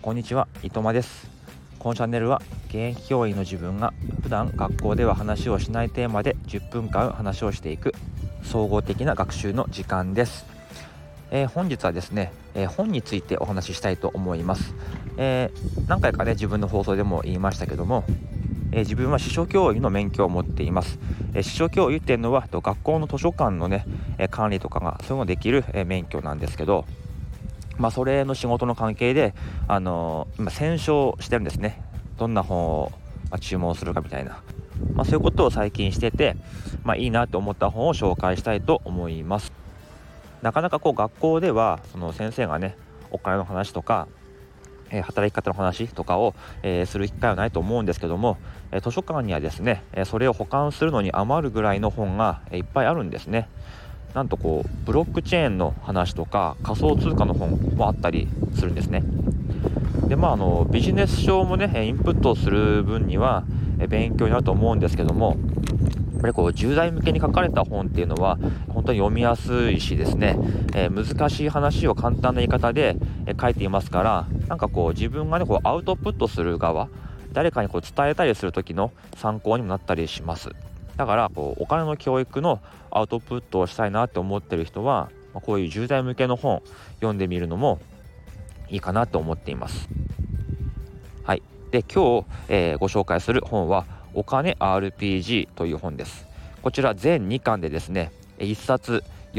こんにちは、いとまです。このチャンネルは現役教員の自分が普段学校では話をしないテーマで10分間話をしていく総合的な学習の時間です。本日はですね、本についてお話ししたいと思います。何回かね自分の放送でも言いましたけども、自分は司書教諭の免許を持っています。司書教諭っていうのは学校の図書館のね、管理とかがそういうのができる、免許なんですけど、それの仕事の関係で、今選書してるんですね。どんな本を、注文するかみたいな、そういうことを最近してて、いいなと思った本を紹介したいと思います。なかなか学校ではその先生がねお金の話とか、働き方の話とかを、する機会はないと思うんですけども、図書館にはですね、それを保管するのに余るぐらいの本が、いっぱいあるんですね。なんとブロックチェーンの話とか仮想通貨の本もあったりするんですね。でビジネス書もねインプットする分には勉強になると思うんですけども、やっぱり10代向けに書かれた本っていうのは本当に読みやすいしですね、難しい話を簡単な言い方で、書いていますから、自分がねアウトプットする側、誰かに伝えたりする時の参考にもなったりします。だからお金の教育のアウトプットをしたいなって思ってる人は、こういう10代向けの本読んでみるのもいいかなと思っています。はい。で今日、ご紹介する本はお金 RPG という本です。こちら全2巻でですね1冊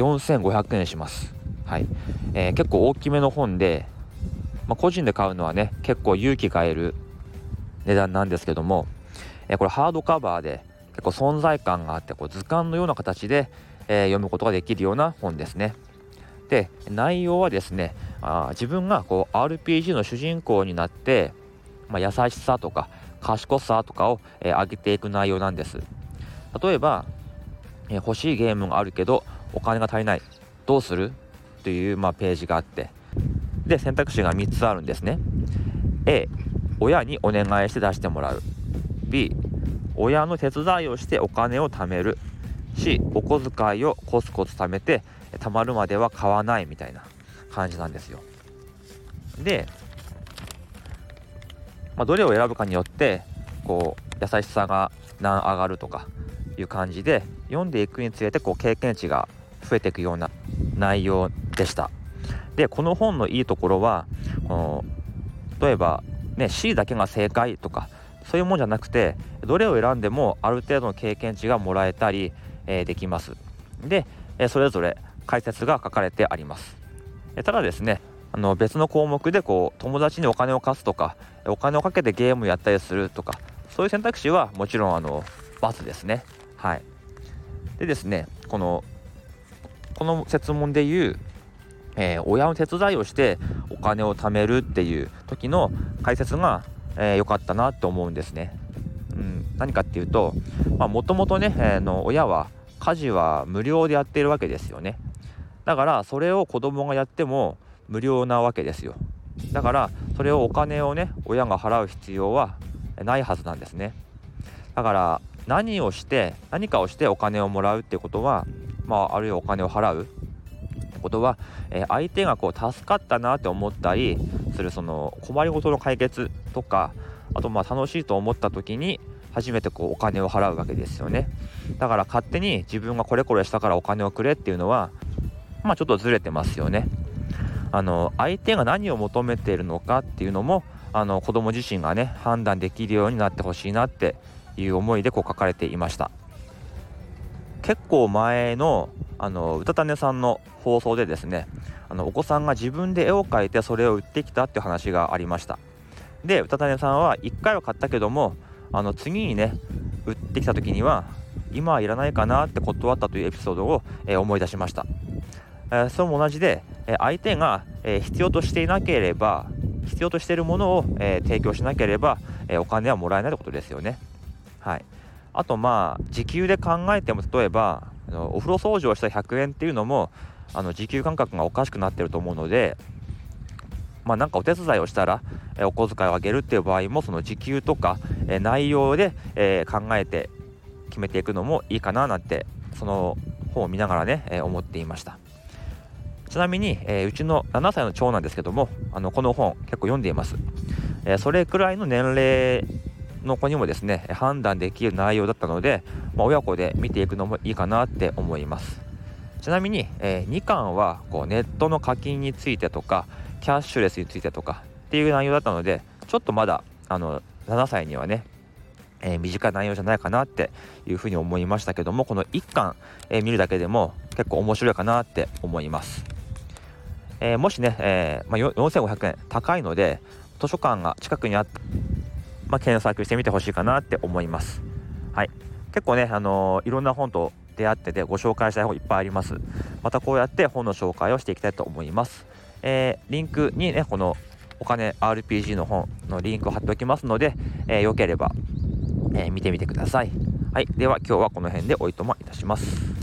4500円します。はい。結構大きめの本で、個人で買うのはね結構勇気がいる値段なんですけども、これハードカバーで結構存在感があって図鑑のような形で、読むことができるような本ですね。で内容はですね、自分がRPG の主人公になって、優しさとか賢さとかを、上げていく内容なんです。例えば、欲しいゲームがあるけどお金が足りない、どうするという、ページがあって、で選択肢が3つあるんですね。 A、 親にお願いして出してもらう。 B、 親の手伝いをしてお金を貯める。 C、 お小遣いをコツコツ貯めて貯まるまでは買わないみたいな感じなんですよ。で、どれを選ぶかによって優しさが何上がるとかいう感じで、読んでいくにつれて経験値が増えていくような内容でした。でこの本のいいところは、例えばね C だけが正解とかそういうもんじゃなくて、どれを選んでもある程度の経験値がもらえたり、できます。で、それぞれ解説が書かれてあります。ただですね、別の項目で友達にお金を貸すとかお金をかけてゲームやったりするとか、そういう選択肢はもちろん×ですね。はい。でですね、この設問でいう、親の手伝いをしてお金を貯めるっていう時の解説が良かったなと思うんですね。何かっていうと、もともとね、親は家事は無料でやっているわけですよね。だからそれを子供がやっても無料なわけですよ。だからそれをお金をね親が払う必要はないはずなんですね。だから何かをしてお金をもらうっていうことは、あるいはお金を払うってことは、相手が助かったなって思ったりするその困りごとの解決とか、あと楽しいと思った時に初めてお金を払うわけですよね。だから勝手に自分がこれこれしたからお金をくれっていうのはちょっとずれてますよね。相手が何を求めているのかっていうのも子供自身がね判断できるようになってほしいなっていう思いで書かれていました。結構前のうたたねさんの放送でですね、お子さんが自分で絵を描いてそれを売ってきたっていう話がありました。でうたたねさんは1回は買ったけども次にね売ってきた時には今はいらないかなって断ったというエピソードを、思い出しました。それも同じで、相手が、必要としているものを、提供しなければ、お金はもらえないということですよね。はい。あと時給で考えても、例えばお風呂掃除をした100円っていうのも時給感覚がおかしくなってると思うので、なんかお手伝いをしたら、お小遣いをあげるっていう場合もその時給とか、内容で、考えて決めていくのもいいかななんて、その本を見ながらね、思っていました。ちちなみに、うちの7歳の長男ですけどもこの本結構読んでいます。それくらいの年齢の子にもですね判断できる内容だったので、親子で見ていくのもいいかなって思います。ちなみに、2巻はネットの課金についてとかキャッシュレスについてとかっていう内容だったので、ちょっとまだ7歳にはね、短い内容じゃないかなっていうふうに思いましたけども、この1巻、見るだけでも結構面白いかなって思います。もしね、4500円高いので図書館が近くにあった、検索してみてほしいかなって思います。はい、結構ね、いろんな本と出会っててご紹介したい本いっぱいあります。またこうやって本の紹介をしていきたいと思います。リンクにねこのお金 RPG の本のリンクを貼っておきますので、よければ、見てみてください。はい、では今日はこの辺でおいとまいたします。